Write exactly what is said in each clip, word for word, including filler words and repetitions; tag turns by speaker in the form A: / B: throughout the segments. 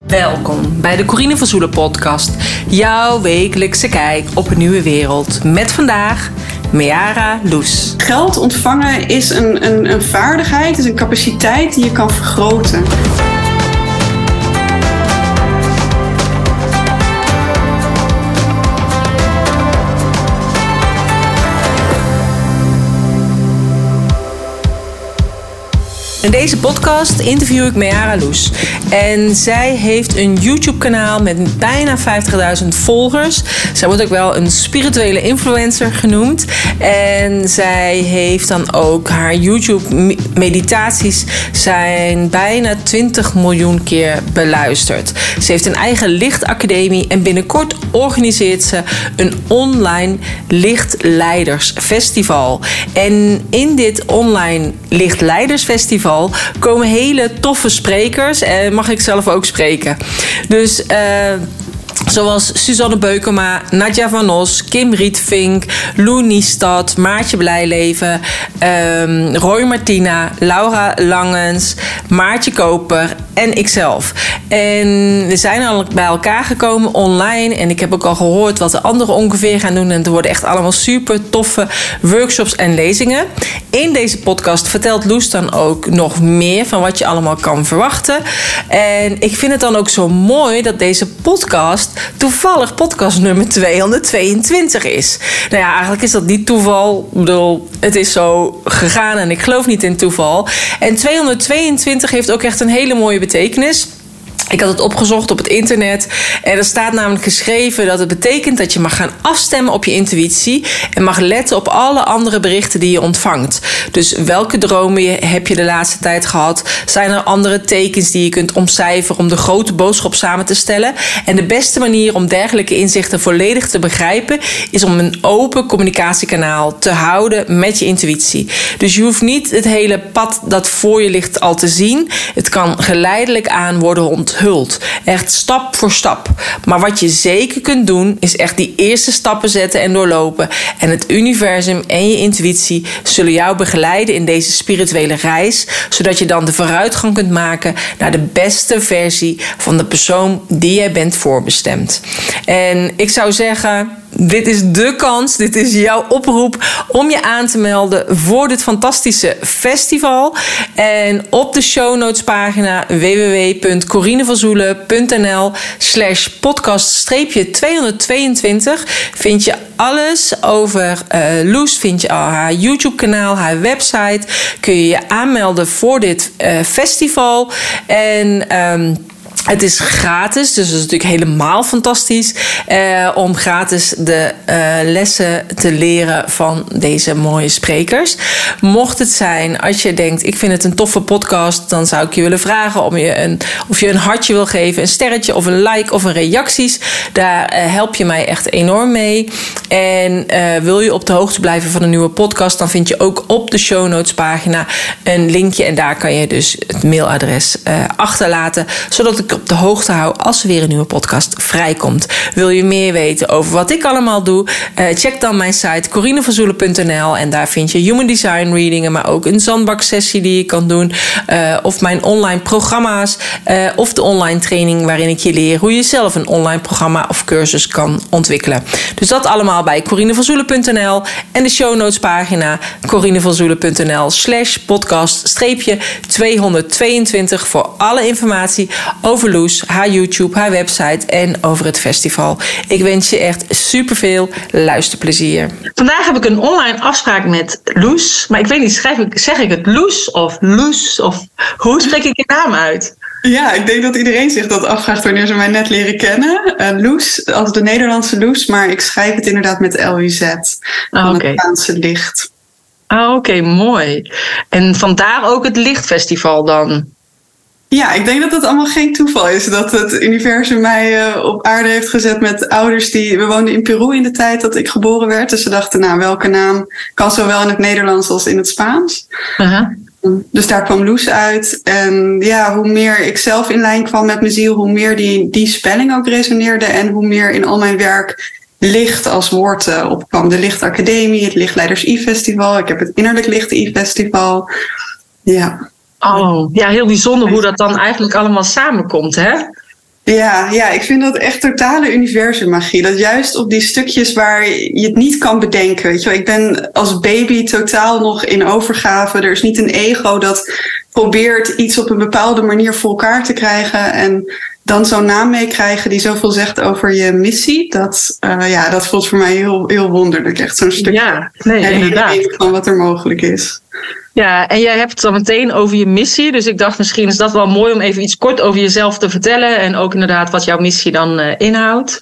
A: Welkom bij de Corine van Zoelen podcast. Jouw wekelijkse kijk op een nieuwe wereld. Met vandaag Meara Loes.
B: Geld ontvangen is een, een, een vaardigheid, is een capaciteit die je kan vergroten.
A: In deze podcast interview ik Meara Loes. En zij heeft een YouTube-kanaal met bijna vijftigduizend volgers. Zij wordt ook wel een spirituele influencer genoemd. En zij heeft dan ook haar YouTube-meditaties zijn bijna twintig miljoen keer beluisterd. Ze heeft een eigen lichtacademie en binnenkort organiseert ze een online lichtleidersfestival. En in dit online lichtleidersfestival komen hele toffe sprekers en mag ik zelf ook spreken. Dus uh, zoals Suzanne Beukema, Nadja van Os, Kim Rietvink, Lou Niestad, Maartje Blijleven, um, Roy Martina, Laura Langens, Maartje Koper en ikzelf. En we zijn al bij elkaar gekomen online en ik heb ook al gehoord wat de anderen ongeveer gaan doen. En er worden echt allemaal super toffe workshops en lezingen. In deze podcast vertelt Loes dan ook nog meer van wat je allemaal kan verwachten. En ik vind het dan ook zo mooi dat deze podcast toevallig podcast nummer tweehonderdtweeëntwintig is. Nou ja, eigenlijk is dat niet toeval. Ik bedoel, het is zo gegaan en ik geloof niet in toeval. En tweehonderdtweeëntwintig heeft ook echt een hele mooie betekenis. Ik had het opgezocht op het internet en er staat namelijk geschreven dat het betekent dat je mag gaan afstemmen op je intuïtie en mag letten op alle andere berichten die je ontvangt. Dus welke dromen je, heb je de laatste tijd gehad? Zijn er andere tekens die je kunt omcijferen om de grote boodschap samen te stellen? En de beste manier om dergelijke inzichten volledig te begrijpen is om een open communicatiekanaal te houden met je intuïtie. Dus je hoeft niet het hele pad dat voor je ligt al te zien. Het kan geleidelijk aan worden onthuld. Echt stap voor stap. Maar wat je zeker kunt doen, is echt die eerste stappen zetten en doorlopen. En het universum en je intuïtie zullen jou begeleiden in deze spirituele reis, zodat je dan de vooruitgang kunt maken naar de beste versie van de persoon die jij bent voorbestemd. En ik zou zeggen, dit is de kans, dit is jouw oproep om je aan te melden voor dit fantastische festival. En op de show notes pagina w w w punt corinevanzoelen punt n l slash podcast tweehonderdtweeëntwintig vind je alles over uh, Loes. Vind je al haar YouTube kanaal, haar website. Kun je je aanmelden voor dit uh, festival. En Um, Het is gratis, dus dat is natuurlijk helemaal fantastisch eh, om gratis de uh, lessen te leren van deze mooie sprekers. Mocht het zijn, als je denkt, ik vind het een toffe podcast, dan zou ik je willen vragen om je een, of je een hartje wil geven, een sterretje of een like of een reacties. Daar uh, help je mij echt enorm mee. En uh, wil je op de hoogte blijven van een nieuwe podcast, dan vind je ook op de show notes pagina een linkje en daar kan je dus het mailadres uh, achterlaten, zodat ik op de hoogte hou als er weer een nieuwe podcast vrijkomt. Wil je meer weten over wat ik allemaal doe? Uh, check dan mijn site corinevanzoelen punt n l en daar vind je human design readingen, maar ook een zandbaksessie die je kan doen, uh, of mijn online programma's, uh, of de online training waarin ik je leer hoe je zelf een online programma of cursus kan ontwikkelen. Dus dat allemaal bij corinevanzoelen punt n l en de show notes pagina corinevanzoelen punt n l slash podcast streepje tweehonderdtweeëntwintig voor alle informatie over Loes, haar YouTube, haar website en over het festival. Ik wens je echt superveel luisterplezier. Vandaag heb ik een online afspraak met Loes. Maar ik weet niet, schrijf ik, zeg ik het Loes of Loes? Of hoe spreek ik je naam uit?
B: Ja, ik denk dat iedereen zich dat afvraagt wanneer ze mij net leren kennen. Uh, Loes, als de Nederlandse Loes, maar ik schrijf het inderdaad met L U Z. Van
A: oh, okay.
B: Het Spaanse licht.
A: Ah, oké, okay, mooi. En vandaar ook het lichtfestival dan?
B: Ja, ik denk dat het allemaal geen toeval is. Dat het universum mij uh, op aarde heeft gezet met ouders die... We woonden in Peru in de tijd dat ik geboren werd. Dus ze dachten, nou, welke naam kan zowel in het Nederlands als in het Spaans? Uh-huh. Dus daar kwam Loes uit. En ja, hoe meer ik zelf in lijn kwam met mijn ziel, hoe meer die, die spelling ook resoneerde. En hoe meer in al mijn werk licht als woord uh, opkwam. De Lichtacademie, het Lichtleiders I-festival. Ik heb het Innerlijk Licht I-festival. Ja.
A: Oh, ja, heel bijzonder hoe dat dan eigenlijk allemaal samenkomt, hè?
B: Ja, ja, ik vind dat echt totale universummagie. Dat juist op die stukjes waar je het niet kan bedenken. Weet je wel, ik ben als baby totaal nog in overgave. Er is niet een ego dat probeert iets op een bepaalde manier voor elkaar te krijgen. En dan zo'n naam meekrijgen die zoveel zegt over je missie. Dat, uh, ja, dat voelt voor mij heel, heel wonderlijk. Echt zo'n stukje
C: ja, nee, inderdaad.
B: Van wat er mogelijk is.
C: Ja, en jij hebt het dan meteen over je missie. Dus ik dacht, misschien is dat wel mooi om even iets kort over jezelf te vertellen. En ook inderdaad wat jouw missie dan uh, inhoudt.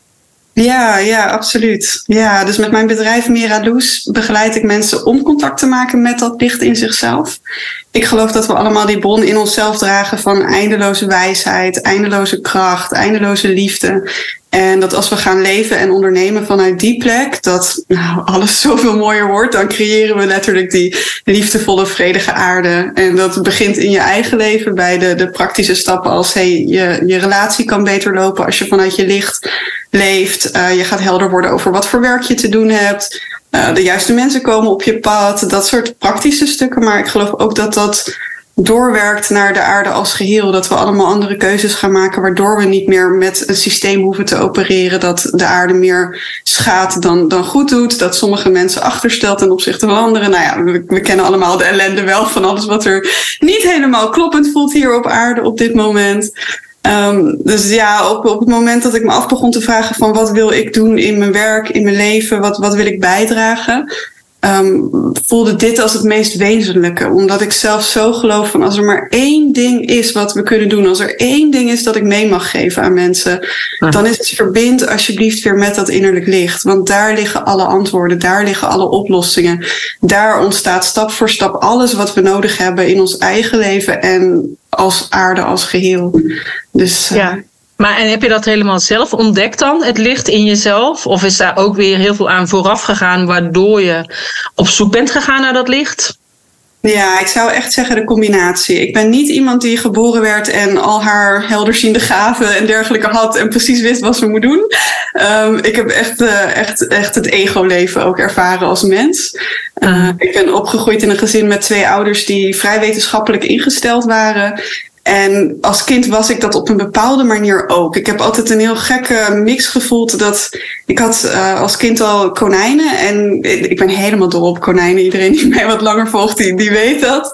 B: Ja, ja, absoluut. Ja, dus met mijn bedrijf Miraloes begeleid ik mensen om contact te maken met dat licht in zichzelf. Ik geloof dat we allemaal die bron in onszelf dragen van eindeloze wijsheid, eindeloze kracht, eindeloze liefde. En dat als we gaan leven en ondernemen vanuit die plek, dat nou, alles zoveel mooier wordt, dan creëren we letterlijk die liefdevolle, vredige aarde. En dat begint in je eigen leven bij de, de praktische stappen als hey, je, je relatie kan beter lopen als je vanuit je licht leeft. Uh, je gaat helder worden over wat voor werk je te doen hebt. Uh, de juiste mensen komen op je pad. Dat soort praktische stukken. Maar ik geloof ook dat dat doorwerkt naar de aarde als geheel. Dat we allemaal andere keuzes gaan maken, waardoor we niet meer met een systeem hoeven te opereren dat de aarde meer schaadt dan, dan goed doet. Dat sommige mensen achterstelt ten opzichte van anderen. Nou ja, we, we kennen allemaal de ellende wel van alles wat er niet helemaal kloppend voelt hier op aarde op dit moment. Um, dus ja, op, op het moment dat ik me af begon te vragen van wat wil ik doen in mijn werk, in mijn leven, wat, wat wil ik bijdragen, um, voelde dit als het meest wezenlijke. Omdat ik zelf zo geloof van als er maar één ding is wat we kunnen doen, als er één ding is dat ik mee mag geven aan mensen, ja. dan is het verbind alsjeblieft weer met dat innerlijk licht. Want daar liggen alle antwoorden, daar liggen alle oplossingen. Daar ontstaat stap voor stap alles wat we nodig hebben in ons eigen leven en als aarde als geheel. Dus, uh,
C: ja. Maar en heb je dat helemaal zelf ontdekt dan, het licht in jezelf? Of is daar ook weer heel veel aan vooraf gegaan, waardoor je op zoek bent gegaan naar dat licht?
B: Ja, ik zou echt zeggen de combinatie. Ik ben niet iemand die geboren werd en al haar helderziende gaven en dergelijke had en precies wist wat ze moet doen. Um, ik heb echt, uh, echt, echt het ego-leven ook ervaren als mens. Uh, ik ben opgegroeid in een gezin met twee ouders die vrij wetenschappelijk ingesteld waren. En als kind was ik dat op een bepaalde manier ook. Ik heb altijd een heel gekke mix gevoeld. Dat ik had uh, als kind al konijnen. En ik ben helemaal dol op konijnen. Iedereen die mij wat langer volgt, die, die weet dat.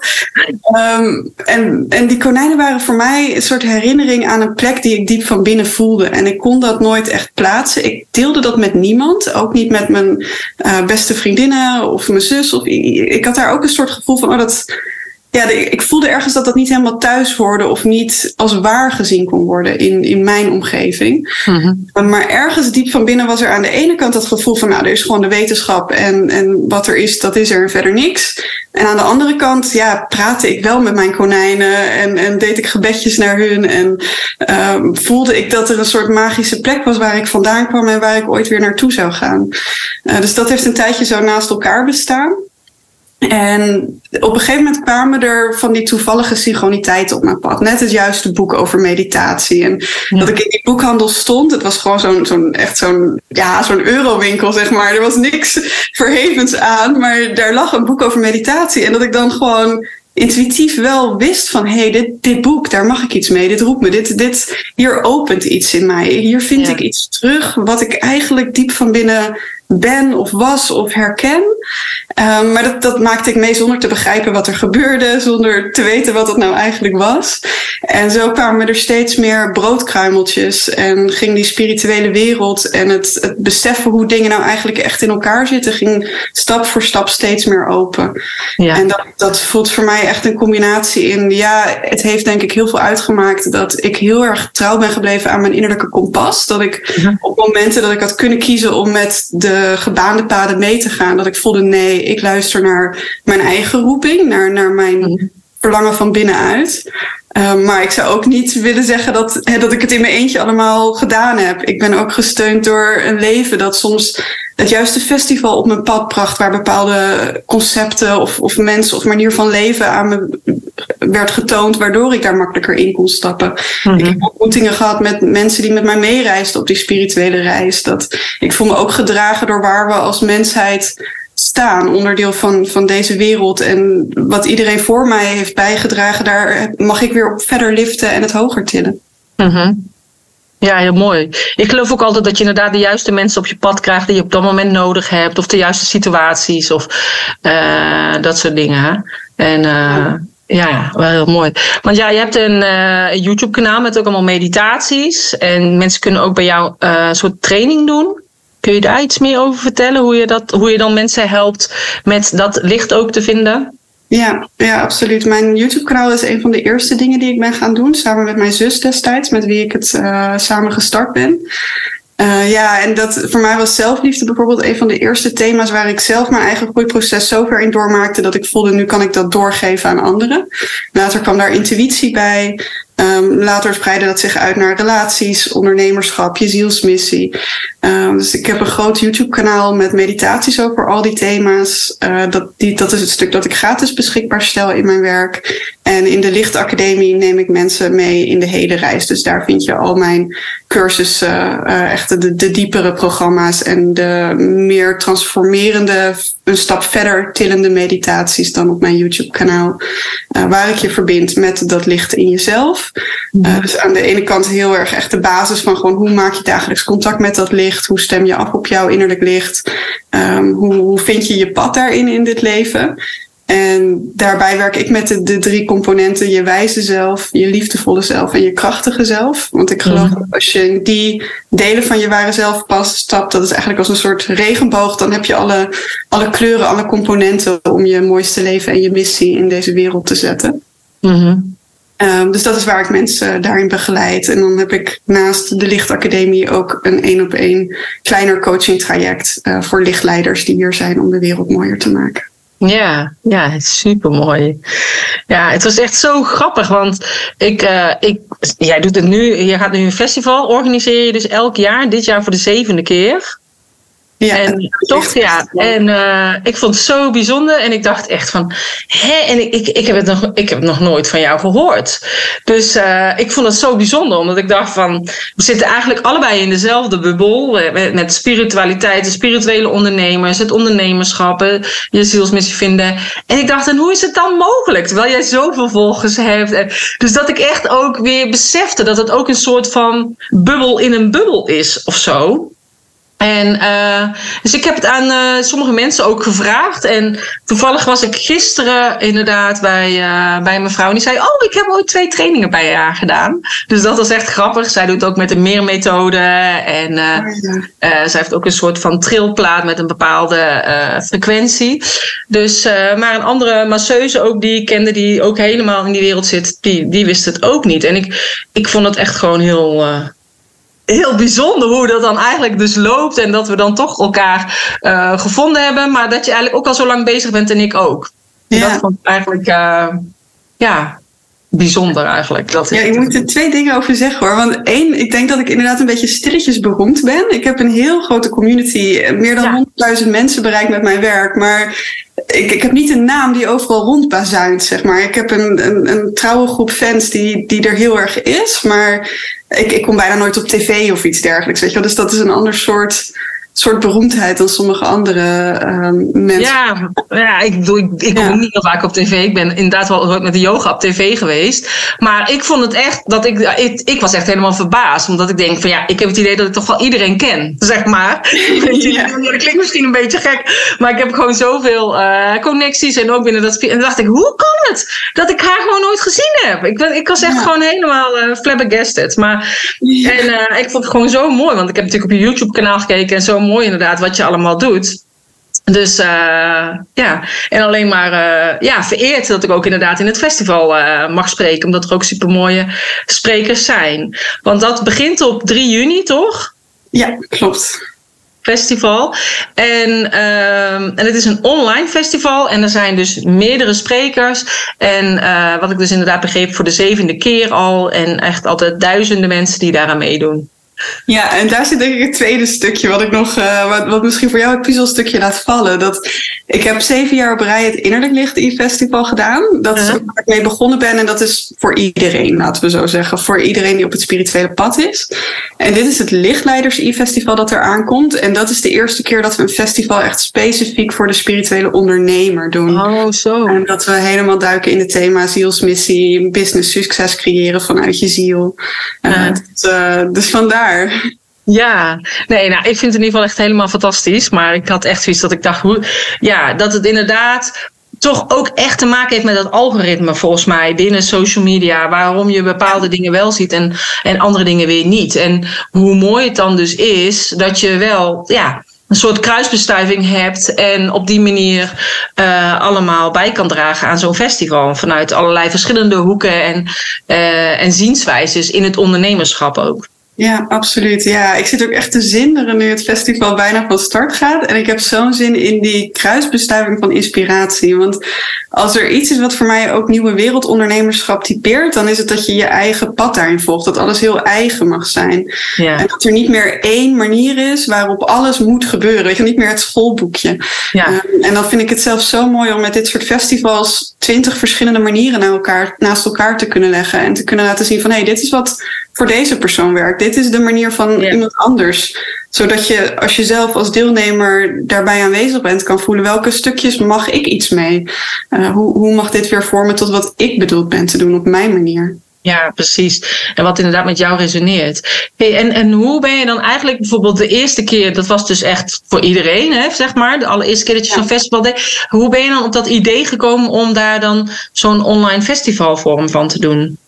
B: Um, en, en die konijnen waren voor mij een soort herinnering aan een plek die ik diep van binnen voelde. En ik kon dat nooit echt plaatsen. Ik deelde dat met niemand. Ook niet met mijn uh, beste vriendinnen of mijn zus. Of, ik had daar ook een soort gevoel van... Oh, dat, ja, ik voelde ergens dat dat niet helemaal thuis hoorde of niet als waar gezien kon worden in, in mijn omgeving. Mm-hmm. Maar ergens diep van binnen was er aan de ene kant dat gevoel van nou, er is gewoon de wetenschap en, en wat er is, dat is er en verder niks. En aan de andere kant, ja, praatte ik wel met mijn konijnen en, en deed ik gebedjes naar hun en um, voelde ik dat er een soort magische plek was waar ik vandaan kwam en waar ik ooit weer naartoe zou gaan. Uh, dus dat heeft een tijdje zo naast elkaar bestaan. En op een gegeven moment kwamen er van die toevallige synchroniteiten op mijn pad. Net het juiste boek over meditatie. En ja. dat ik in die boekhandel stond. Het was gewoon zo'n, zo'n echt zo'n, ja, zo'n eurowinkel, zeg maar. Er was niks verhevens aan. Maar daar lag een boek over meditatie. En dat ik dan gewoon intuïtief wel wist van... hé, hey, dit, dit boek, daar mag ik iets mee. Dit roept me. Dit, dit, hier opent iets in mij. Hier vind ja. ik iets terug wat ik eigenlijk diep van binnen ben of was of herken. Um, maar dat, dat maakte ik mee zonder te begrijpen wat er gebeurde. Zonder te weten wat het nou eigenlijk was. En zo kwamen er steeds meer broodkruimeltjes. En ging die spirituele wereld en het, het beseffen hoe dingen nou eigenlijk echt in elkaar zitten, ging stap voor stap steeds meer open. Ja. En dat, dat voelt voor mij echt een combinatie in... Ja, het heeft denk ik heel veel uitgemaakt dat ik heel erg trouw ben gebleven aan mijn innerlijke kompas. Dat ik ja. op momenten dat ik had kunnen kiezen om met de gebaande paden mee te gaan, dat ik voelde nee, ik luister naar mijn eigen roeping, naar, naar mijn verlangen van binnenuit. Uh, maar ik zou ook niet willen zeggen dat, he, dat ik het in mijn eentje allemaal gedaan heb. Ik ben ook gesteund door een leven dat soms het juiste festival op mijn pad bracht, waar bepaalde concepten of, of mensen of manier van leven aan me werd getoond, waardoor ik daar makkelijker in kon stappen. Mm-hmm. Ik heb ontmoetingen gehad met mensen die met mij meereisden op die spirituele reis. Dat, ik voel me ook gedragen door waar we als mensheid staan, onderdeel van, van deze wereld. En wat iedereen voor mij heeft bijgedragen, daar mag ik weer op verder liften en het hoger tillen.
C: Mm-hmm. Ja, heel mooi. Ik geloof ook altijd dat je inderdaad de juiste mensen op je pad krijgt die je op dat moment nodig hebt. Of de juiste situaties of uh, dat soort dingen. Hè? En uh, ja, wel heel mooi. Want ja, je hebt een uh, YouTube kanaal met ook allemaal meditaties. En mensen kunnen ook bij jou uh, een soort training doen. Kun je daar iets meer over vertellen? Hoe je, dat, hoe je dan mensen helpt met dat licht ook te vinden?
B: Ja, ja, absoluut. Mijn YouTube-kanaal is een van de eerste dingen die ik ben gaan doen. Samen met mijn zus destijds, met wie ik het uh, samen gestart ben. Uh, ja, en dat voor mij was zelfliefde bijvoorbeeld een van de eerste thema's waar ik zelf mijn eigen groeiproces zo ver in doormaakte dat ik voelde, nu kan ik dat doorgeven aan anderen. Later kwam daar intuïtie bij. Um, later spreidde dat zich uit naar relaties, ondernemerschap, je zielsmissie. Um, dus ik heb een groot YouTube-kanaal met meditaties over al die thema's. Uh, dat, die, dat is het stuk dat ik gratis beschikbaar stel in mijn werk. En in de Lichtacademie neem ik mensen mee in de hele reis. Dus daar vind je al mijn cursussen, uh, echt de, de diepere programma's en de meer transformerende, een stap verder tillende meditaties dan op mijn YouTube-kanaal. Uh, waar ik je verbind met dat licht in jezelf. Uh, dus aan de ene kant heel erg echt de basis van gewoon hoe maak je dagelijks contact met dat licht? Hoe stem je af op jouw innerlijk licht? Um, hoe, hoe vind je je pad daarin in dit leven? En daarbij werk ik met de, de drie componenten: je wijze zelf, je liefdevolle zelf en je krachtige zelf. Want ik geloof dat als je in die delen van je ware zelf pas stapt, dat is eigenlijk als een soort regenboog. Dan heb je alle, alle kleuren, alle componenten om je mooiste leven en je missie in deze wereld te zetten. Mm-hmm. Um, dus dat is waar ik mensen daarin begeleid. En dan heb ik naast de Lichtacademie ook een één op één kleiner coaching traject uh, voor lichtleiders die hier zijn om de wereld mooier te maken.
C: Ja, ja, super mooi. Ja, het was echt zo grappig, want ik, uh, ik, jij doet het nu, je gaat nu een festival, organiseer je dus elk jaar, dit jaar voor de zevende keer. Ja, en toch, ja. En uh, ik vond het zo bijzonder. En ik dacht echt van, hè? En ik, ik, ik, heb het nog, ik heb het nog nooit van jou gehoord. Dus uh, ik vond het zo bijzonder. Omdat ik dacht van, we zitten eigenlijk allebei in dezelfde bubbel. Met, met spiritualiteit, de spirituele ondernemers, het ondernemerschap, je zielsmissie vinden. En ik dacht, en hoe is het dan mogelijk? Terwijl jij zoveel volgers hebt. En dus dat ik echt ook weer besefte dat het ook een soort van bubbel in een bubbel is of zo. En uh, dus ik heb het aan uh, sommige mensen ook gevraagd. En toevallig was ik gisteren inderdaad bij, uh, bij een mevrouw. En die zei, oh, ik heb ooit twee trainingen bij haar gedaan. Dus dat was echt grappig. Zij doet ook met de meermethode. En uh, uh, zij heeft ook een soort van trilplaat met een bepaalde uh, frequentie. Dus, uh, maar een andere masseuse ook die ik kende, die ook helemaal in die wereld zit, die, die wist het ook niet. En ik, ik vond het echt gewoon heel... Uh, Heel bijzonder hoe dat dan eigenlijk dus loopt. En dat we dan toch elkaar uh, gevonden hebben. Maar dat je eigenlijk ook al zo lang bezig bent en ik ook. Ja. Dat vond ik eigenlijk uh, ja, bijzonder eigenlijk. Dat
B: ja, ik moet er twee dingen over zeggen hoor. Want één, ik denk dat ik inderdaad een beetje stilletjes beroemd ben. Ik heb een heel grote community. Meer dan ja. honderdduizend mensen bereikt met mijn werk. Maar ik, ik heb niet een naam die overal rondbazuint, zeg maar. Ik heb een, een, een trouwe groep fans die, die er heel erg is. Maar ik, ik kom bijna nooit op tv of iets dergelijks, weet je wel. Dus dat is een ander soort... soort beroemdheid dan sommige andere um, mensen.
C: Ja, ja, ik bedoel, ik, ik kom ja. niet heel vaak op tv. Ik ben inderdaad wel met de yoga op tv geweest. Maar ik vond het echt, dat ik, ik, ik was echt helemaal verbaasd. Omdat ik denk van ja, ik heb het idee dat ik toch wel iedereen ken, zeg maar. Ja. Dat klinkt misschien een beetje gek. Maar ik heb gewoon zoveel uh, connecties en ook binnen dat... En dan dacht ik, hoe kan het dat ik haar gewoon nooit gezien heb? Ik, ben, ik was echt ja. gewoon helemaal uh, flabbergasted. Maar, ja. En uh, ik vond het gewoon zo mooi. Want ik heb natuurlijk op je YouTube kanaal gekeken en zo mooi inderdaad wat je allemaal doet. Dus uh, ja, en alleen maar uh, ja, vereerd dat ik ook inderdaad in het festival uh, mag spreken. Omdat er ook supermooie sprekers zijn. Want dat begint op drie juni, toch?
B: Ja, klopt.
C: Festival. En, uh, en het is een online festival. En er zijn dus meerdere sprekers. En uh, wat ik dus inderdaad begreep voor de zevende keer al. En echt altijd duizenden mensen die daaraan meedoen.
B: Ja, en daar zit denk ik het tweede stukje wat ik nog, uh, wat, wat misschien voor jou het puzzelstukje laat vallen. Dat ik heb zeven jaar op rij het Innerlijk Licht E-Festival gedaan. Dat is ook waar ik mee begonnen ben en dat is voor iedereen, laten we zo zeggen. Voor iedereen die op het spirituele pad is. En dit is het Lichtleiders E-Festival dat er aankomt. En dat is de eerste keer dat we een festival echt specifiek voor de spirituele ondernemer doen.
C: Oh, zo.
B: En dat we helemaal duiken in het thema zielsmissie, business succes creëren vanuit je ziel. Uh,
C: Ja.
B: dus, uh, dus vandaar.
C: Ja, nee, nou, ik vind het in ieder geval echt helemaal fantastisch. Maar ik had echt zoiets dat ik dacht, hoe, ja, dat het inderdaad toch ook echt te maken heeft met dat algoritme, volgens mij, binnen social media. Waarom je bepaalde dingen wel ziet en, en andere dingen weer niet. En hoe mooi het dan dus is dat je wel, ja, een soort kruisbestuiving hebt en op die manier uh, allemaal bij kan dragen aan zo'n festival. Vanuit allerlei verschillende hoeken en, uh, en zienswijzes in het ondernemerschap ook.
B: Ja, absoluut. Ja, ik zit ook echt te zinderen nu het festival bijna van start gaat. En ik heb zo'n zin in die kruisbestuiving van inspiratie. Want als er iets is wat voor mij ook nieuwe wereldondernemerschap typeert, dan is het dat je je eigen pad daarin volgt. Dat alles heel eigen mag zijn.
C: Ja.
B: En dat er niet meer één manier is waarop alles moet gebeuren. Weet je, niet meer het schoolboekje.
C: Ja.
B: Um, en dan vind ik het zelf zo mooi om met dit soort festivals twintig verschillende manieren naar elkaar, naast elkaar te kunnen leggen. En te kunnen laten zien van, hé, hey, dit is wat voor deze persoon werkt. Dit is de manier van
C: Ja.
B: iemand anders. Zodat je, als je zelf als deelnemer daarbij aanwezig bent, kan voelen welke stukjes mag ik iets mee? Uh, hoe, hoe mag dit weer vormen tot wat ik bedoeld ben te doen op mijn manier?
C: Ja, precies. En wat inderdaad met jou resoneert. Hey, en, en hoe ben je dan eigenlijk bijvoorbeeld de eerste keer, dat was dus echt voor iedereen, hè, zeg maar, de allereerste keer dat je
B: Ja.
C: zo'n festival deed. Hoe ben je dan op dat idee gekomen om daar dan zo'n online festivalvorm van te doen?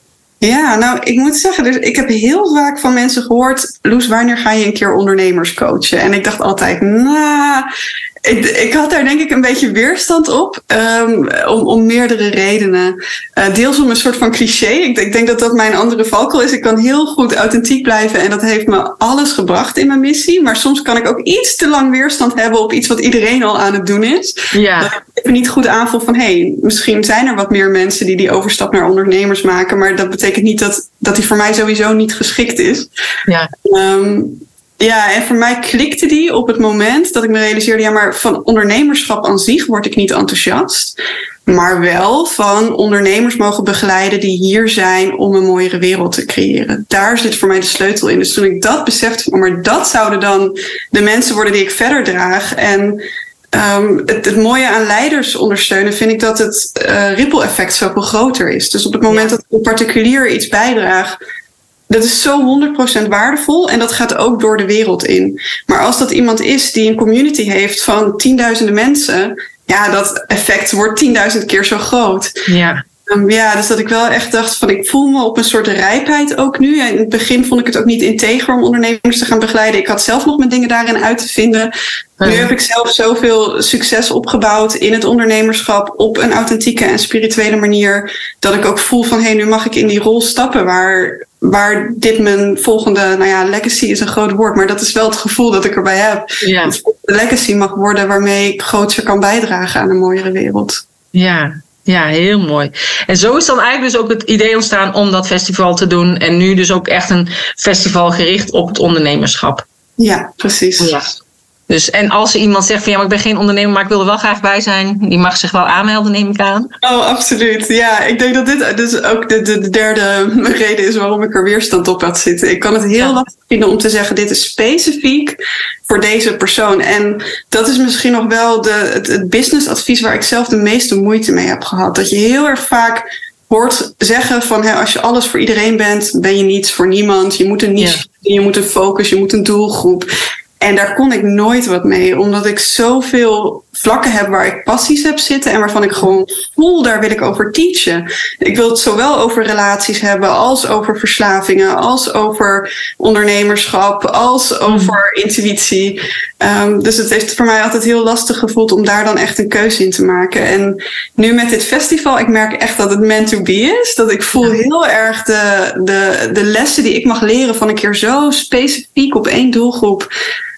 B: Ja, nou, ik moet zeggen, dus ik heb heel vaak van mensen gehoord, Loes, wanneer ga je een keer ondernemers coachen? En ik dacht altijd, nou, ik, ik had daar denk ik een beetje weerstand op, um, om, om meerdere redenen. Uh, deels om een soort van cliché. Ik, ik denk dat dat mijn andere valkuil is. Ik kan heel goed authentiek blijven en dat heeft me alles gebracht in mijn missie. Maar soms kan ik ook iets te lang weerstand hebben op iets wat iedereen al aan het doen is.
C: Ja.
B: Dat ik even niet goed aanvoel van, hé, hey, misschien zijn er wat meer mensen die die overstap naar ondernemers maken. Maar dat betekent niet dat, dat die voor mij sowieso niet geschikt is.
C: Ja.
B: Um, Ja, en voor mij klikte die op het moment dat ik me realiseerde, ja, maar van ondernemerschap aan zich word ik niet enthousiast. Maar wel van ondernemers mogen begeleiden die hier zijn om een mooiere wereld te creëren. Daar zit voor mij de sleutel in. Dus toen ik dat besefte, maar dat zouden dan de mensen worden die ik verder draag. En um, het, het mooie aan leiders ondersteunen vind ik dat het uh, ripple effect zoveel groter is. Dus op het moment dat ik een particulier iets bijdraag, dat is zo honderd procent waardevol en dat gaat ook door de wereld in. Maar als dat iemand is die een community heeft van tienduizenden mensen, ja, dat effect wordt tienduizend keer zo groot.
C: Ja.
B: Um, ja, dus dat ik wel echt dacht van, ik voel me op een soort rijpheid ook nu. En in het begin vond ik het ook niet integer om ondernemers te gaan begeleiden. Ik had zelf nog mijn dingen daarin uit te vinden. Nu heb ik zelf zoveel succes opgebouwd in het ondernemerschap op een authentieke en spirituele manier, dat ik ook voel van, hé, hey, nu mag ik in die rol stappen waar, waar dit mijn volgende, nou ja, legacy is een groot woord, maar dat is wel het gevoel dat ik erbij heb.
C: Ja.
B: Dat het de legacy mag worden waarmee ik groter kan bijdragen aan een mooiere wereld.
C: Ja. Ja, heel mooi. En zo is dan eigenlijk dus ook het idee ontstaan om dat festival te doen. En nu dus ook echt een festival gericht op het ondernemerschap.
B: Ja, precies.
C: Ja. Dus, en als er iemand zegt van ja, maar ik ben geen ondernemer, maar ik wil er wel graag bij zijn, die mag zich wel aanmelden, neem ik aan.
B: Oh, absoluut. Ja, ik denk dat dit dus ook de, de, de derde reden is waarom ik er weerstand op had zitten. Ik kan het heel
C: Ja.
B: lastig vinden om te zeggen, dit is specifiek voor deze persoon. En dat is misschien nog wel de, het, het businessadvies waar ik zelf de meeste moeite mee heb gehad. Dat je heel erg vaak hoort zeggen van, hè, als je alles voor iedereen bent, ben je niets voor niemand. Je moet een niche, ja. je moet een focus, je moet een doelgroep. En daar kon ik nooit wat mee, omdat ik zoveel vlakken heb waar ik passies heb zitten en waarvan ik gewoon voel, daar wil ik over teachen. Ik wil het zowel over relaties hebben, als over verslavingen, als over ondernemerschap, als over intuïtie. Um, dus het heeft voor mij altijd heel lastig gevoeld om daar dan echt een keuze in te maken. En nu met dit festival, ik merk echt dat het meant to be is. Dat ik voel heel erg de, de, de lessen die ik mag leren van een keer zo specifiek op één doelgroep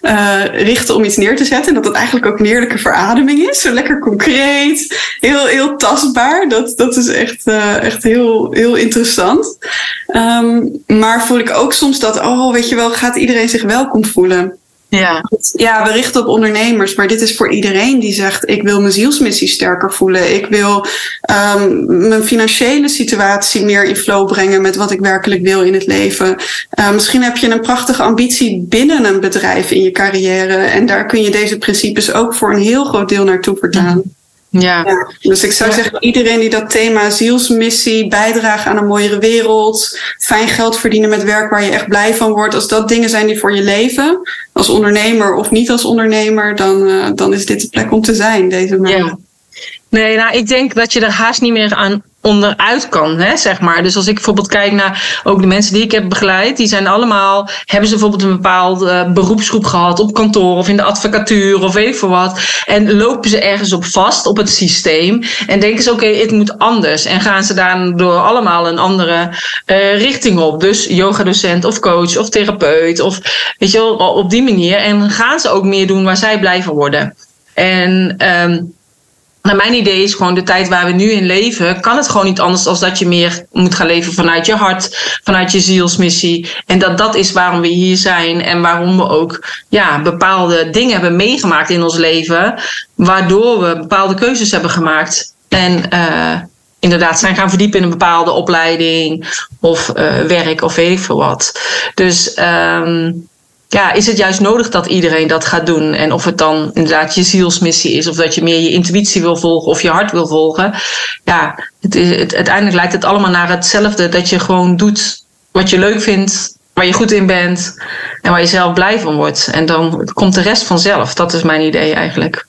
B: uh, richten om iets neer te zetten. En dat het eigenlijk ook een heerlijke verademing is. Zo lekker concreet, heel, heel tastbaar. Dat, dat is echt, uh, echt heel, heel interessant. Um, maar voel ik ook soms dat, oh, weet je wel, gaat iedereen zich welkom voelen?
C: Ja.
B: ja, we richten op ondernemers, maar dit is voor iedereen die zegt, ik wil mijn zielsmissie sterker voelen. Ik wil um, mijn financiële situatie meer in flow brengen met wat ik werkelijk wil in het leven. Uh, misschien heb je een prachtige ambitie binnen een bedrijf in je carrière en daar kun je deze principes ook voor een heel groot deel naartoe vertalen.
C: Ja.
B: Ja, dus ik zou zeggen, iedereen die dat thema zielsmissie, bijdragen aan een mooiere wereld, fijn geld verdienen met werk waar je echt blij van wordt, als dat dingen zijn die voor je leven, als ondernemer of niet als ondernemer, dan, uh, dan is dit de plek om te zijn deze maand.
C: Ja. Nee, nou, ik denk dat je er haast niet meer aan onderuit kan, hè, zeg maar. Dus als ik bijvoorbeeld kijk naar ook de mensen die ik heb begeleid, die zijn allemaal, hebben ze bijvoorbeeld een bepaalde uh, beroepsgroep gehad op kantoor of in de advocatuur of weet ik veel wat. En lopen ze ergens op vast, op het systeem. En denken ze, oké, okay, het moet anders. En gaan ze daardoor allemaal een andere uh, richting op. Dus yogadocent of coach of therapeut of weet je wel, op die manier. En gaan ze ook meer doen waar zij blij van worden. En um, Nou, mijn idee is gewoon de tijd waar we nu in leven, kan het gewoon niet anders dan dat je meer moet gaan leven vanuit je hart, vanuit je zielsmissie. En dat dat is waarom we hier zijn en waarom we ook ja, bepaalde dingen hebben meegemaakt in ons leven, waardoor we bepaalde keuzes hebben gemaakt. En uh, inderdaad zijn gaan verdiepen in een bepaalde opleiding of uh, werk of weet ik veel wat. Dus um, ja, is het juist nodig dat iedereen dat gaat doen? En of het dan inderdaad je zielsmissie is, of dat je meer je intuïtie wil volgen of je hart wil volgen. Ja, het is, het, uiteindelijk lijkt het allemaal naar hetzelfde. Dat je gewoon doet wat je leuk vindt, waar je goed in bent en waar je zelf blij van wordt. En dan komt de rest vanzelf. Dat is mijn idee eigenlijk.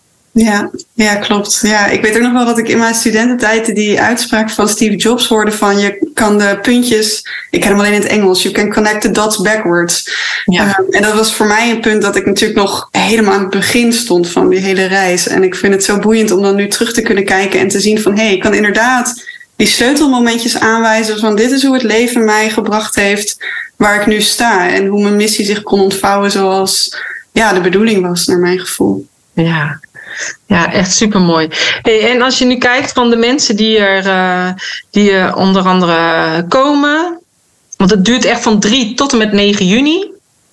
B: Ja, ja, klopt. Ja, ik weet ook nog wel dat ik in mijn studententijd die uitspraak van Steve Jobs hoorde van je kan de puntjes, ik ken hem alleen in het Engels, you can connect the dots backwards. Ja. Um, en dat was voor mij een punt dat ik natuurlijk nog helemaal aan het begin stond van die hele reis. En ik vind het zo boeiend om dan nu terug te kunnen kijken en te zien van hé, hey, ik kan inderdaad die sleutelmomentjes aanwijzen van dit is hoe het leven mij gebracht heeft waar ik nu sta. En hoe mijn missie zich kon ontvouwen zoals ja, de bedoeling was naar mijn gevoel.
C: Ja. Ja, echt supermooi. Hey, en als je nu kijkt van de mensen die er uh, die er onder andere komen, want het duurt echt van drie tot en met negen juni.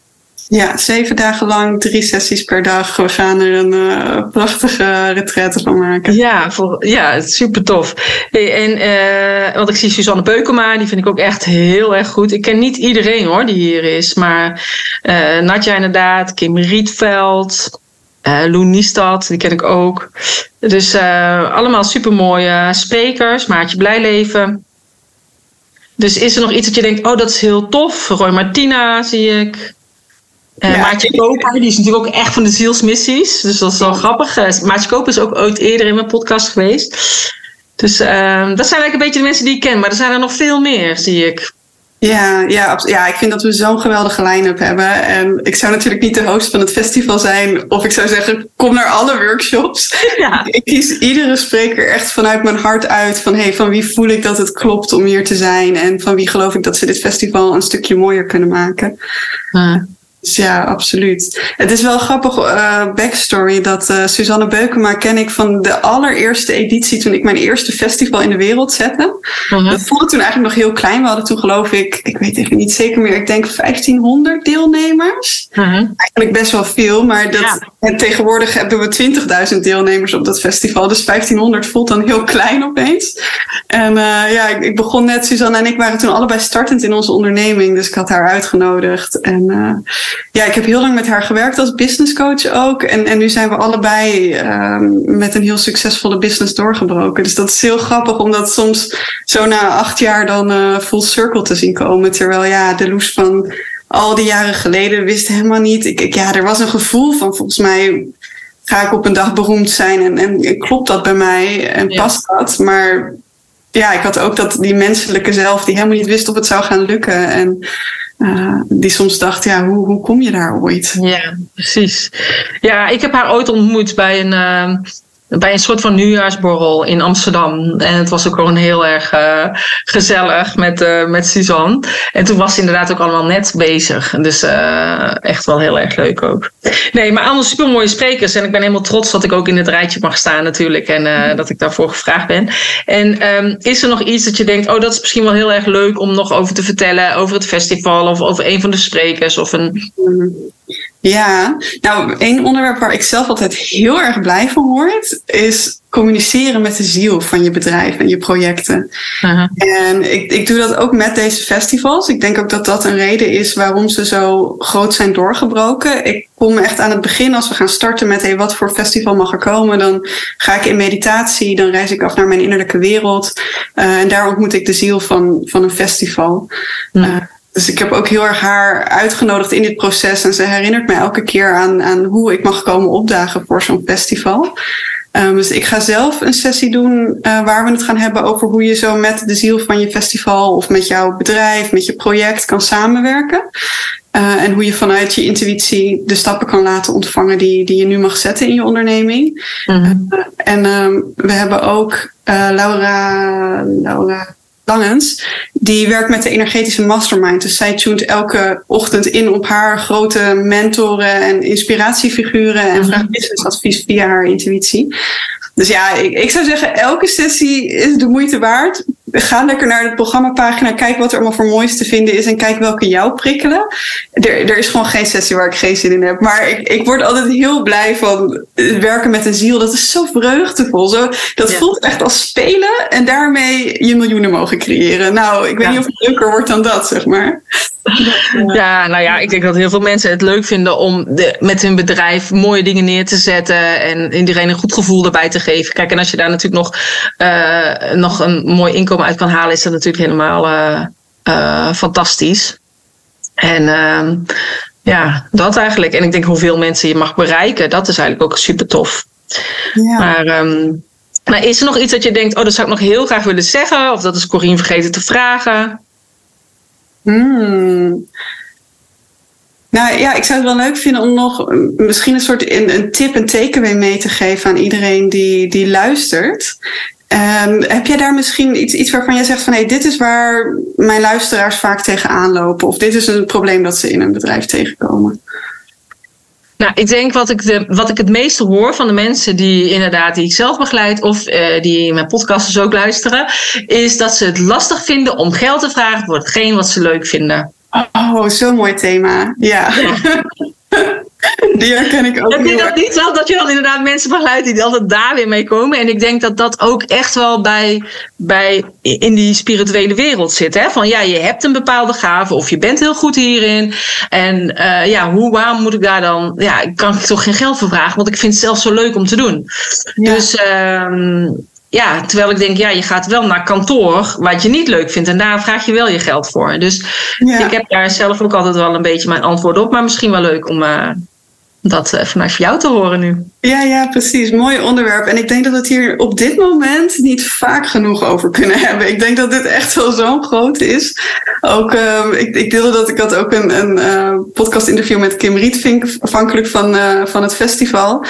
B: Ja, zeven dagen lang, drie sessies per dag. We gaan er een uh, prachtige retraite van maken.
C: Ja, voor, ja, super tof. Hey, en uh, want ik zie Suzanne Beukema, die vind ik ook echt heel erg goed. Ik ken niet iedereen hoor die hier is, maar uh, Nadja inderdaad, Kim Rietveld. Uh, Loen Niestad, die ken ik ook. Dus uh, allemaal supermooie sprekers. Maartje Blijleven. Dus is er nog iets dat je denkt, oh dat is heel tof. Roy Martina zie ik. Uh, ja. Maartje Koper, die is natuurlijk ook echt van de zielsmissies. Dus dat is wel grappig. Uh, Maartje Koper is ook ooit eerder in mijn podcast geweest. Dus uh, dat zijn eigenlijk een beetje de mensen die ik ken. Maar er zijn er nog veel meer, zie ik.
B: Ja, ja, ja, ik vind dat we zo'n geweldige line-up hebben. En ik zou natuurlijk niet de host van het festival zijn of ik zou zeggen, kom naar alle workshops. Ja. Ik kies iedere spreker echt vanuit mijn hart uit van hey, van wie voel ik dat het klopt om hier te zijn en van wie geloof ik dat ze dit festival een stukje mooier kunnen maken. Ja. Dus ja, absoluut. Het is wel grappig, uh, backstory, dat uh, Suzanne Beukema ken ik van de allereerste editie toen ik mijn eerste festival in de wereld zette. Uh-huh. Dat voelde toen eigenlijk nog heel klein. We hadden toen geloof ik, ik weet even niet zeker meer, ik denk vijftienhonderd deelnemers. Uh-huh. Eigenlijk best wel veel, maar dat, ja. En tegenwoordig hebben we twintigduizend deelnemers op dat festival. Dus vijftienhonderd voelt dan heel klein opeens. En uh, ja, ik, ik begon net, Suzanne en ik waren toen allebei startend in onze onderneming. Dus ik had haar uitgenodigd. En uh, ja, ik heb heel lang met haar gewerkt als businesscoach ook. En, en nu zijn we allebei uh, met een heel succesvolle business doorgebroken. Dus dat is heel grappig om dat soms zo na acht jaar dan uh, full circle te zien komen. Terwijl ja, de Loes van al die jaren geleden wist helemaal niet. Ik, ik, ja, er was een gevoel van volgens mij ga ik op een dag beroemd zijn en, en klopt dat bij mij en ja. Past dat. Maar ja, ik had ook dat die menselijke zelf die helemaal niet wist of het zou gaan lukken. En uh, die soms dacht, ja, hoe, hoe kom je daar ooit?
C: Ja, precies. Ja, ik heb haar ooit ontmoet bij een, uh, bij een soort van nieuwjaarsborrel in Amsterdam. En het was ook gewoon heel erg uh, gezellig met, uh, met Suzanne. En toen was ze inderdaad ook allemaal net bezig. Dus uh, echt wel heel erg leuk ook. Nee, maar allemaal supermooie sprekers. En ik ben helemaal trots dat ik ook in het rijtje mag staan natuurlijk. En uh, dat ik daarvoor gevraagd ben. En um, is er nog iets dat je denkt, oh, dat is misschien wel heel erg leuk om nog over te vertellen. Over het festival of over een van de sprekers of een...
B: Ja, nou, één onderwerp waar ik zelf altijd heel erg blij van word, is communiceren met de ziel van je bedrijf en je projecten. Uh-huh. En ik, ik doe dat ook met deze festivals. Ik denk ook dat dat een reden is waarom ze zo groot zijn doorgebroken. Ik kom echt aan het begin, als we gaan starten met hey, wat voor festival mag er komen, dan ga ik in meditatie, dan reis ik af naar mijn innerlijke wereld. Uh, en daar ontmoet ik de ziel van, van een festival. Uh, Dus ik heb ook heel erg haar uitgenodigd in dit proces. En ze herinnert mij elke keer aan, aan hoe ik mag komen opdagen voor zo'n festival. Um, dus ik ga zelf een sessie doen uh, waar we het gaan hebben over hoe je zo met de ziel van je festival of met jouw bedrijf, met je project kan samenwerken. Uh, en hoe je vanuit je intuïtie de stappen kan laten ontvangen die, die je nu mag zetten in je onderneming. Mm-hmm. Uh, en um, we hebben ook uh, Laura... Laura Langens, die werkt met de energetische mastermind. Dus zij tunt elke ochtend in op haar grote mentoren en inspiratiefiguren en vraagt businessadvies via haar intuïtie. Dus ja, ik, ik zou zeggen, elke sessie is de moeite waard. Ga lekker naar de programmapagina, kijk wat er allemaal voor moois te vinden is en kijk welke jou prikkelen. Er, er is gewoon geen sessie waar ik geen zin in heb. Maar ik, ik word altijd heel blij van werken met een ziel. Dat is zo vreugdevol. Zo, dat ja. voelt echt als spelen en daarmee je miljoenen mogen creëren. Nou, ik weet ja. niet of het leuker wordt dan dat, zeg maar.
C: Ja, nou ja, ik denk dat heel veel mensen het leuk vinden om de, met hun bedrijf mooie dingen neer te zetten en iedereen een goed gevoel erbij te geven. Kijk, en als je daar natuurlijk nog, uh, nog een mooi inkomen uit kan halen, is dat natuurlijk helemaal uh, uh, fantastisch. En uh, ja, dat eigenlijk. En ik denk hoeveel mensen je mag bereiken, dat is eigenlijk ook super tof. Ja. Maar... Um, maar is er nog iets dat je denkt, oh, dat zou ik nog heel graag willen zeggen? Of dat is Corine vergeten te vragen?
B: Hmm. Nou ja, ik zou het wel leuk vinden om nog misschien een soort een, een tip, een takeaway mee te geven aan iedereen die, die luistert. Um, heb jij daar misschien iets, iets waarvan jij zegt van hey, dit is waar mijn luisteraars vaak tegenaan lopen? Of dit is een probleem dat ze in een bedrijf tegenkomen?
C: Nou, ik denk wat ik, de, wat ik het meeste hoor van de mensen die inderdaad die ik zelf begeleid of uh, die mijn podcasts ook luisteren, is dat ze het lastig vinden om geld te vragen voor hetgeen wat ze leuk vinden.
B: Oh, zo'n mooi thema. Ja. ja. Die herken ik ook.
C: Heb je dat niet wel, dat je dan inderdaad mensen begeleidt die altijd daar weer mee komen? En ik denk dat dat ook echt wel bij, bij in die spirituele wereld zit. Hè? Van ja, je hebt een bepaalde gave of je bent heel goed hierin. En uh, ja, hoe, waarom moet ik daar dan... Ja, ik kan toch geen geld voor vragen, want ik vind het zelf zo leuk om te doen. Ja. Dus... Uh, Ja, terwijl ik denk, ja, je gaat wel naar kantoor wat je niet leuk vindt. En daar vraag je wel je geld voor. Dus ja. ik heb daar zelf ook altijd wel een beetje mijn antwoord op. Maar misschien wel leuk om uh, dat uh, vanuit jou te horen nu.
B: Ja, ja, precies. Mooi onderwerp. En ik denk dat we het hier op dit moment niet vaak genoeg over kunnen hebben. Ik denk dat dit echt wel zo groot is. Ook, uh, ik, ik deelde dat ik had ook een, een uh, podcast interview met Kim Rietvink, afhankelijk van, uh, van het festival.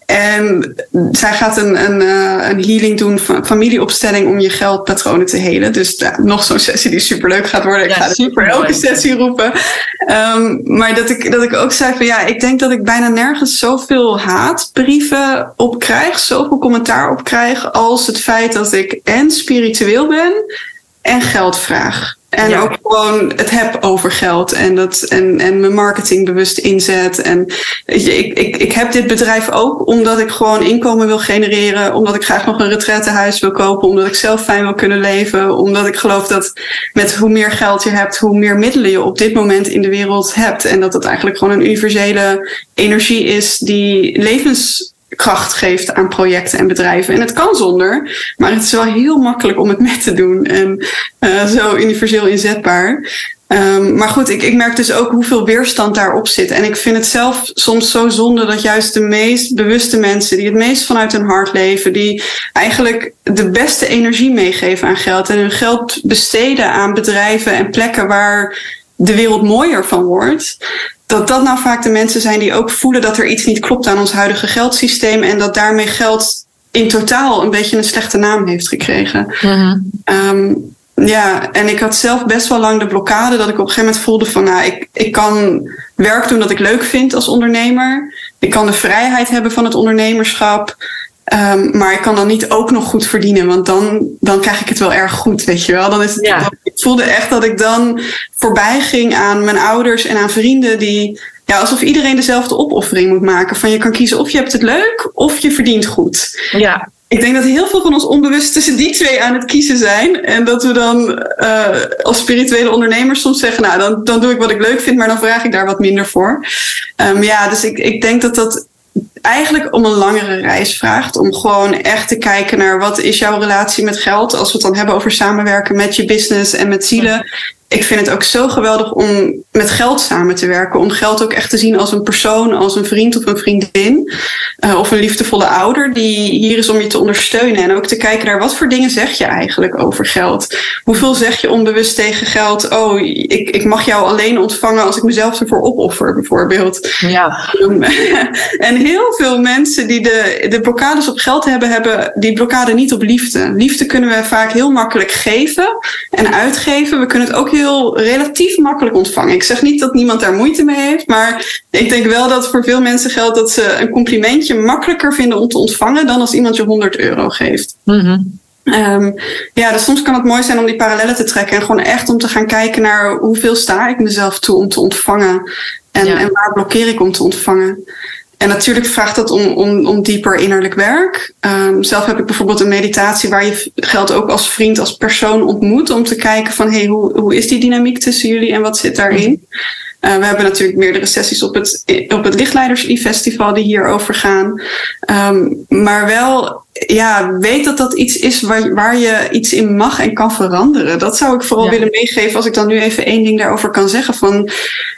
B: En zij gaat een, een, een healing doen, van familieopstelling om je geldpatronen te helen. Dus ja, nog zo'n sessie die superleuk gaat worden. Ik ja, ga het voor elke sessie roepen. Um, maar dat ik, dat ik ook zei van ja, ik denk dat ik bijna nergens zoveel haatbrieven op krijg, zoveel commentaar op krijg, als het feit dat ik en spiritueel ben en geld vraag. En ja. ook gewoon het heb over geld en, dat, en, en mijn marketing bewust inzet. En weet je, ik, ik, ik heb dit bedrijf ook omdat ik gewoon inkomen wil genereren. Omdat ik graag nog een retraitehuis wil kopen. Omdat ik zelf fijn wil kunnen leven. Omdat ik geloof dat met hoe meer geld je hebt, hoe meer middelen je op dit moment in de wereld hebt. En dat het eigenlijk gewoon een universele energie is die levens... kracht geeft aan projecten en bedrijven. En het kan zonder, maar het is wel heel makkelijk om het met te doen. En uh, zo universeel inzetbaar. Um, maar goed, ik, ik merk dus ook hoeveel weerstand daarop zit. En ik vind het zelf soms zo zonde dat juist de meest bewuste mensen, die het meest vanuit hun hart leven, die eigenlijk de beste energie meegeven aan geld en hun geld besteden aan bedrijven en plekken waar de wereld mooier van wordt, dat dat nou vaak de mensen zijn die ook voelen dat er iets niet klopt aan ons huidige geldsysteem en dat daarmee geld in totaal een beetje een slechte naam heeft gekregen.
C: Mm-hmm.
B: Um, ja, en ik had zelf best wel lang de blokkade dat ik op een gegeven moment voelde van, nou, ik, ik kan werk doen dat ik leuk vind als ondernemer. Ik kan de vrijheid hebben van het ondernemerschap. Um, maar ik kan dan niet ook nog goed verdienen, want dan, dan krijg ik het wel erg goed, weet je wel. Dan is het,
C: Ja.
B: dan, ik voelde echt dat ik dan voorbij ging aan mijn ouders en aan vrienden die, ja, alsof iedereen dezelfde opoffering moet maken. Van je kan kiezen of je hebt het leuk of je verdient goed.
C: Ja.
B: Ik denk dat heel veel van ons onbewust tussen die twee aan het kiezen zijn. En dat we dan uh, als spirituele ondernemers soms zeggen, nou, dan, dan doe ik wat ik leuk vind, maar dan vraag ik daar wat minder voor. Um, ja, dus ik, ik denk dat dat eigenlijk om een langere reis vraagt. Om gewoon echt te kijken naar wat is jouw relatie met geld. Als we het dan hebben over samenwerken met je business en met zielen. Ik vind het ook zo geweldig om met geld samen te werken. Om geld ook echt te zien als een persoon, als een vriend of een vriendin. Uh, of een liefdevolle ouder die hier is om je te ondersteunen. En ook te kijken naar wat voor dingen zeg je eigenlijk over geld. Hoeveel zeg je onbewust tegen geld? Oh, ik, ik mag jou alleen ontvangen als ik mezelf ervoor opoffer, bijvoorbeeld.
C: Ja.
B: Um, en heel veel mensen die de, de blokkades op geld hebben, hebben die blokkade niet op liefde. Liefde kunnen we vaak heel makkelijk geven en uitgeven. We kunnen het ook heel relatief makkelijk ontvangen. Ik zeg niet dat niemand daar moeite mee heeft, maar ik denk wel dat voor veel mensen geldt dat ze een complimentje makkelijker vinden om te ontvangen dan als iemand je honderd euro geeft.
C: Mm-hmm.
B: Um, ja, dus soms kan het mooi zijn om die parallellen te trekken en gewoon echt om te gaan kijken naar hoeveel sta ik mezelf toe om te ontvangen en,
C: Ja.
B: en waar blokkeer ik om te ontvangen. En natuurlijk vraagt dat om, om, om dieper innerlijk werk. Um, zelf heb ik bijvoorbeeld een meditatie waar je geld ook als vriend, als persoon ontmoet. Om te kijken van, hey, hoe, hoe is die dynamiek tussen jullie en wat zit daarin? Uh, we hebben natuurlijk meerdere sessies op het, op het Lichtleiders-festival die hierover gaan. Um, maar wel, ja, weet dat dat iets is waar, waar je iets in mag en kan veranderen. Dat zou ik vooral
C: Ja.
B: willen meegeven als ik dan nu even één ding daarover kan zeggen van,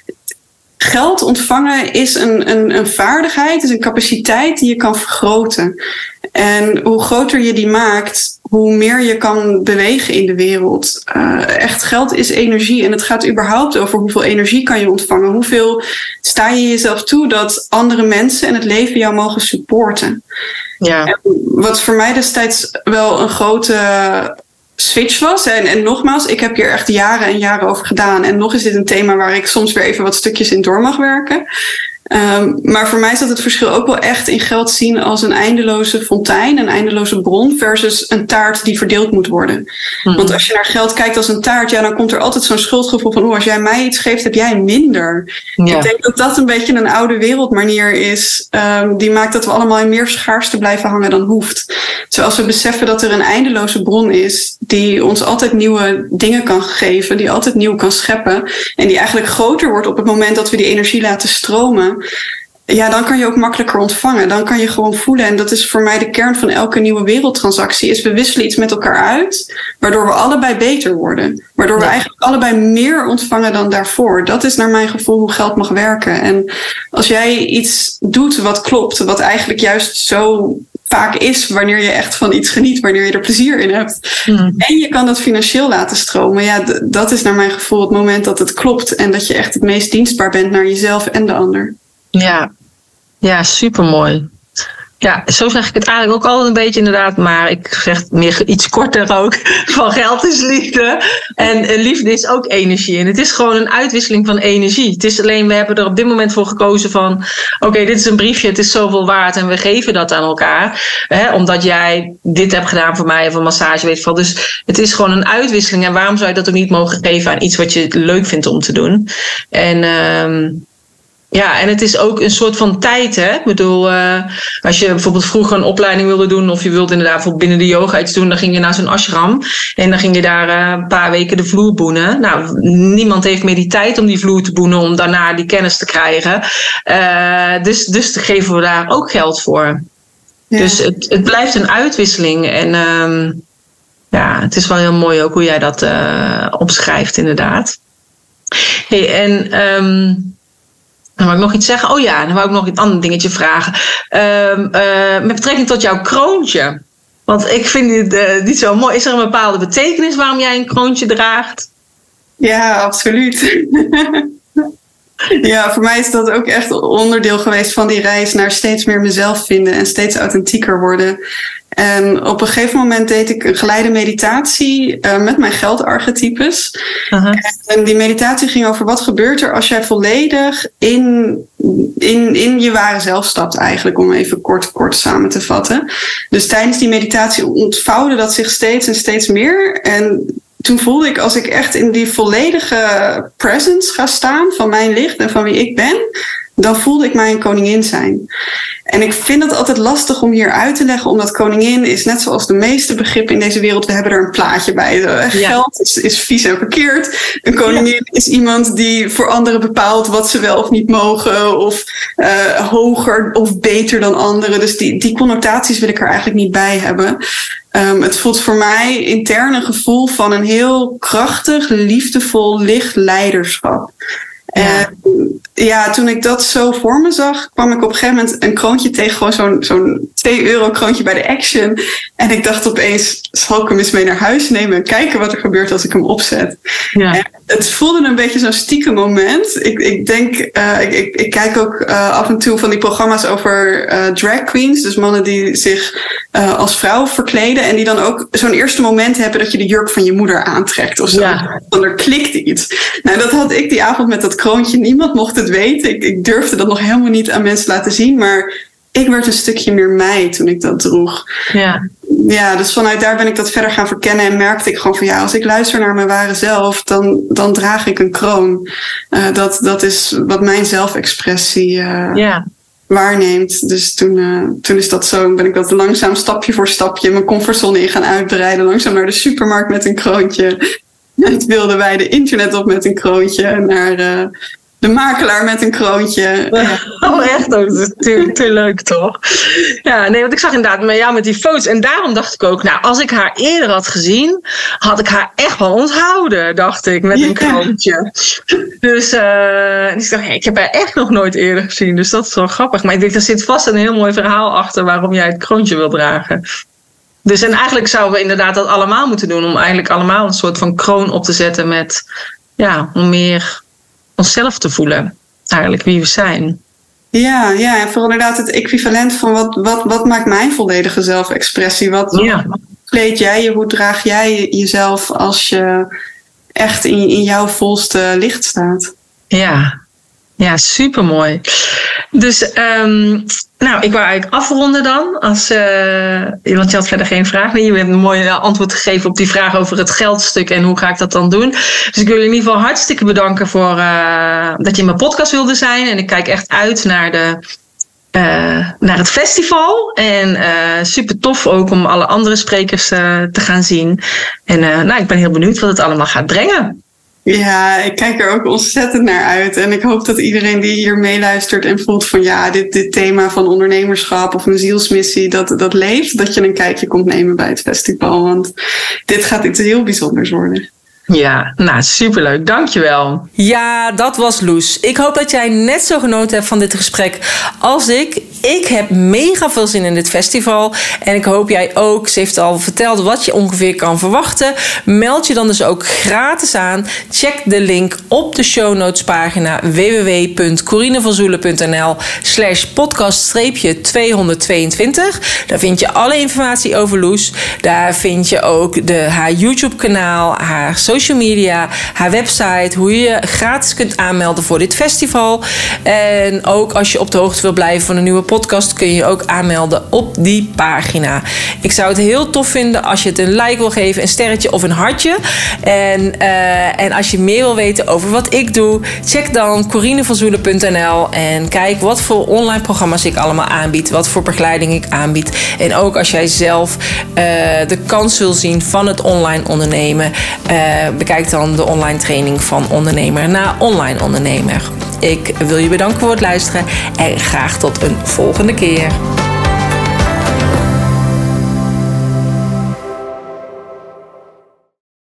B: geld ontvangen is een, een, een vaardigheid, is een capaciteit die je kan vergroten. En hoe groter je die maakt, hoe meer je kan bewegen in de wereld. Uh, echt, geld is energie en het gaat überhaupt over hoeveel energie kan je ontvangen. Hoeveel sta je jezelf toe dat andere mensen en het leven jou mogen supporten.
C: Ja.
B: En wat voor mij destijds wel een grote switch was. En, en nogmaals, ik heb hier echt jaren en jaren over gedaan. En nog is dit een thema waar ik soms weer even wat stukjes in door mag werken. Um, maar voor mij is dat het verschil ook wel echt in geld zien als een eindeloze fontein, een eindeloze bron, versus een taart die verdeeld moet worden. Mm-hmm. Want als je naar geld kijkt als een taart, ja, dan komt er altijd zo'n schuldgevoel van, oh, als jij mij iets geeft, heb jij minder. Ja. Ik denk dat dat een beetje een oude wereldmanier is, um, die maakt dat we allemaal in meer schaarste blijven hangen dan hoeft. Terwijl we beseffen dat er een eindeloze bron is, die ons altijd nieuwe dingen kan geven, die altijd nieuw kan scheppen, en die eigenlijk groter wordt op het moment dat we die energie laten stromen. Ja, dan kan je ook makkelijker ontvangen. Dan kan je gewoon voelen. En dat is voor mij de kern van elke nieuwe wereldtransactie. Is we wisselen iets met elkaar uit, waardoor we allebei beter worden. Waardoor we ja. eigenlijk allebei meer ontvangen dan daarvoor. Dat is naar mijn gevoel hoe geld mag werken. En als jij iets doet wat klopt, wat eigenlijk juist zo vaak is wanneer je echt van iets geniet, wanneer je er plezier in hebt. Mm. En je kan dat financieel laten stromen. Ja, d- dat is naar mijn gevoel het moment dat het klopt. En dat je echt het meest dienstbaar bent naar jezelf en de ander.
C: Ja, ja, supermooi. Ja, zo zeg ik het eigenlijk ook altijd een beetje inderdaad. Maar ik zeg meer iets korter ook. Van geld is liefde. En liefde is ook energie. En het is gewoon een uitwisseling van energie. Het is alleen, we hebben er op dit moment voor gekozen van, oké, okay, dit is een briefje, het is zoveel waard. En we geven dat aan elkaar. Hè, omdat jij dit hebt gedaan voor mij, of een massage, weet ik veel. Dus het is gewoon een uitwisseling. En waarom zou je dat ook niet mogen geven aan iets wat je leuk vindt om te doen? En um, ja, en het is ook een soort van tijd, hè. Ik bedoel, uh, als je bijvoorbeeld vroeger een opleiding wilde doen, of je wilde inderdaad bijvoorbeeld binnen de yoga iets doen, dan ging je naar zo'n ashram en dan ging je daar uh, een paar weken de vloer boenen. Nou, niemand heeft meer die tijd om die vloer te boenen, om daarna die kennis te krijgen. Uh, dus, dus geven we daar ook geld voor. Ja. Dus het, het blijft een uitwisseling. En um, ja, het is wel heel mooi ook hoe jij dat uh, omschrijft, inderdaad. Hey, en um, dan wou ik nog iets zeggen. Oh ja, dan wou ik nog een ander dingetje vragen. Um, uh, met betrekking tot jouw kroontje. Want ik vind dit uh, niet zo mooi. Is er een bepaalde betekenis waarom jij een kroontje draagt?
B: Ja, absoluut. Ja, voor mij is dat ook echt onderdeel geweest van die reis naar steeds meer mezelf vinden en steeds authentieker worden. En op een gegeven moment deed ik een geleide meditatie uh, met mijn geldarchetypes. Uh-huh. En die meditatie ging over wat gebeurt er als jij volledig in, in, in je ware zelf stapt eigenlijk, om even kort, kort samen te vatten. Dus tijdens die meditatie ontvouwde dat zich steeds en steeds meer. En toen voelde ik, als ik echt in die volledige presence ga staan van mijn licht en van wie ik ben, dan voelde ik mij een koningin zijn. En ik vind het altijd lastig om hier uit te leggen, omdat koningin is net zoals de meeste begrippen in deze wereld, we hebben er een plaatje bij. Ja. Geld is, is vies en verkeerd. Een koningin ja. is iemand die voor anderen bepaalt wat ze wel of niet mogen, of uh, hoger of beter dan anderen. Dus die, die connotaties wil ik er eigenlijk niet bij hebben. Um, het voelt voor mij intern een gevoel van een heel krachtig, liefdevol, licht leiderschap. Ja. En ja, toen ik dat zo voor me zag, kwam ik op een gegeven moment een kroontje tegen, gewoon zo'n, zo'n twee euro kroontje bij de Action. En ik dacht opeens, zal ik hem eens mee naar huis nemen en kijken wat er gebeurt als ik hem opzet. Ja. En het voelde een beetje zo'n stiekem moment. Ik, ik denk, uh, ik, ik, ik kijk ook uh, af en toe van die programma's over uh, drag queens. Dus mannen die zich uh, als vrouw verkleden en die dan ook zo'n eerste moment hebben dat je de jurk van je moeder aantrekt of zo. Ja. Dan er klikt iets. Nou, dat had ik die avond met dat kroontje. Niemand mocht het weten. Ik, ik durfde dat nog helemaal niet aan mensen laten zien. Maar ik werd een stukje meer mij toen ik dat droeg. Ja. Ja, dus vanuit daar ben ik dat verder gaan verkennen. En merkte ik gewoon van ja, als ik luister naar mijn ware zelf, dan, dan draag ik een kroon. Uh, dat, dat is wat mijn zelfexpressie uh, ja. waarneemt. Dus toen, uh, toen is dat zo. Ben ik dat langzaam stapje voor stapje mijn comfortzone in gaan uitbreiden. Langzaam naar de supermarkt met een kroontje. En het wilde wij de internet op met een kroontje. En naar uh, de makelaar met een kroontje.
C: Oh, echt ook. Dat is te, te leuk, toch? Ja, nee, want ik zag inderdaad met jou met die foto's. En daarom dacht ik ook, nou, als ik haar eerder had gezien, had ik haar echt wel onthouden, dacht ik, met een kroontje. Ja. Dus, uh, dus ik dacht, hey, ik heb haar echt nog nooit eerder gezien. Dus dat is wel grappig. Maar ik denk, er zit vast een heel mooi verhaal achter waarom jij het kroontje wil dragen. Dus en eigenlijk zouden we inderdaad dat allemaal moeten doen. Om eigenlijk allemaal een soort van kroon op te zetten met, ja, om meer onszelf te voelen. Eigenlijk wie we zijn.
B: Ja, ja, en vooral inderdaad het equivalent van wat, wat, wat maakt mijn volledige zelfexpressie? Wat ja. kleed jij je, hoe draag jij jezelf als je echt in, in jouw volste licht staat?
C: Ja, ja, supermooi. Dus, um, nou, ik wou eigenlijk afronden dan. Als, uh, want je had verder geen vraag. Nee, je hebt een mooi antwoord gegeven op die vraag over het geldstuk en hoe ga ik dat dan doen. Dus ik wil je in ieder geval hartstikke bedanken voor uh, dat je in mijn podcast wilde zijn. En ik kijk echt uit naar, de, uh, naar het festival. En uh, super tof ook om alle andere sprekers uh, te gaan zien. En uh, nou, ik ben heel benieuwd wat het allemaal gaat brengen.
B: Ja, ik kijk er ook ontzettend naar uit. En ik hoop dat iedereen die hier meeluistert en voelt van ja, dit, dit thema van ondernemerschap of een zielsmissie, dat, dat leeft. Dat je een kijkje komt nemen bij het festival. Want dit gaat iets heel bijzonders worden.
C: Ja, nou superleuk. Dankjewel.
A: Ja, dat was Loes. Ik hoop dat jij net zo genoten hebt van dit gesprek als ik. Ik heb mega veel zin in dit festival. En ik hoop jij ook. Ze heeft al verteld wat je ongeveer kan verwachten. Meld je dan dus ook gratis aan. Check de link op de show notes pagina w w w punt corinevanzoelen punt n l slash podcast tweehonderdtweeëntwintig. Daar vind je alle informatie over Loes. Daar vind je ook de, haar YouTube kanaal, haar social media, haar website, hoe je je gratis kunt aanmelden voor dit festival. En ook als je op de hoogte wil blijven van een nieuwe podcast, kun je je ook aanmelden op die pagina. Ik zou het heel tof vinden als je het een like wil geven, een sterretje of een hartje. En, uh, en als je meer wil weten over wat ik doe, check dan corinevanzoelen punt n l en kijk wat voor online programma's ik allemaal aanbied, wat voor begeleiding ik aanbied. En ook als jij zelf uh, de kans wil zien van het online ondernemen, uh, bekijk dan de online training van ondernemer naar online ondernemer. Ik wil je bedanken voor het luisteren en graag tot een volgende keer.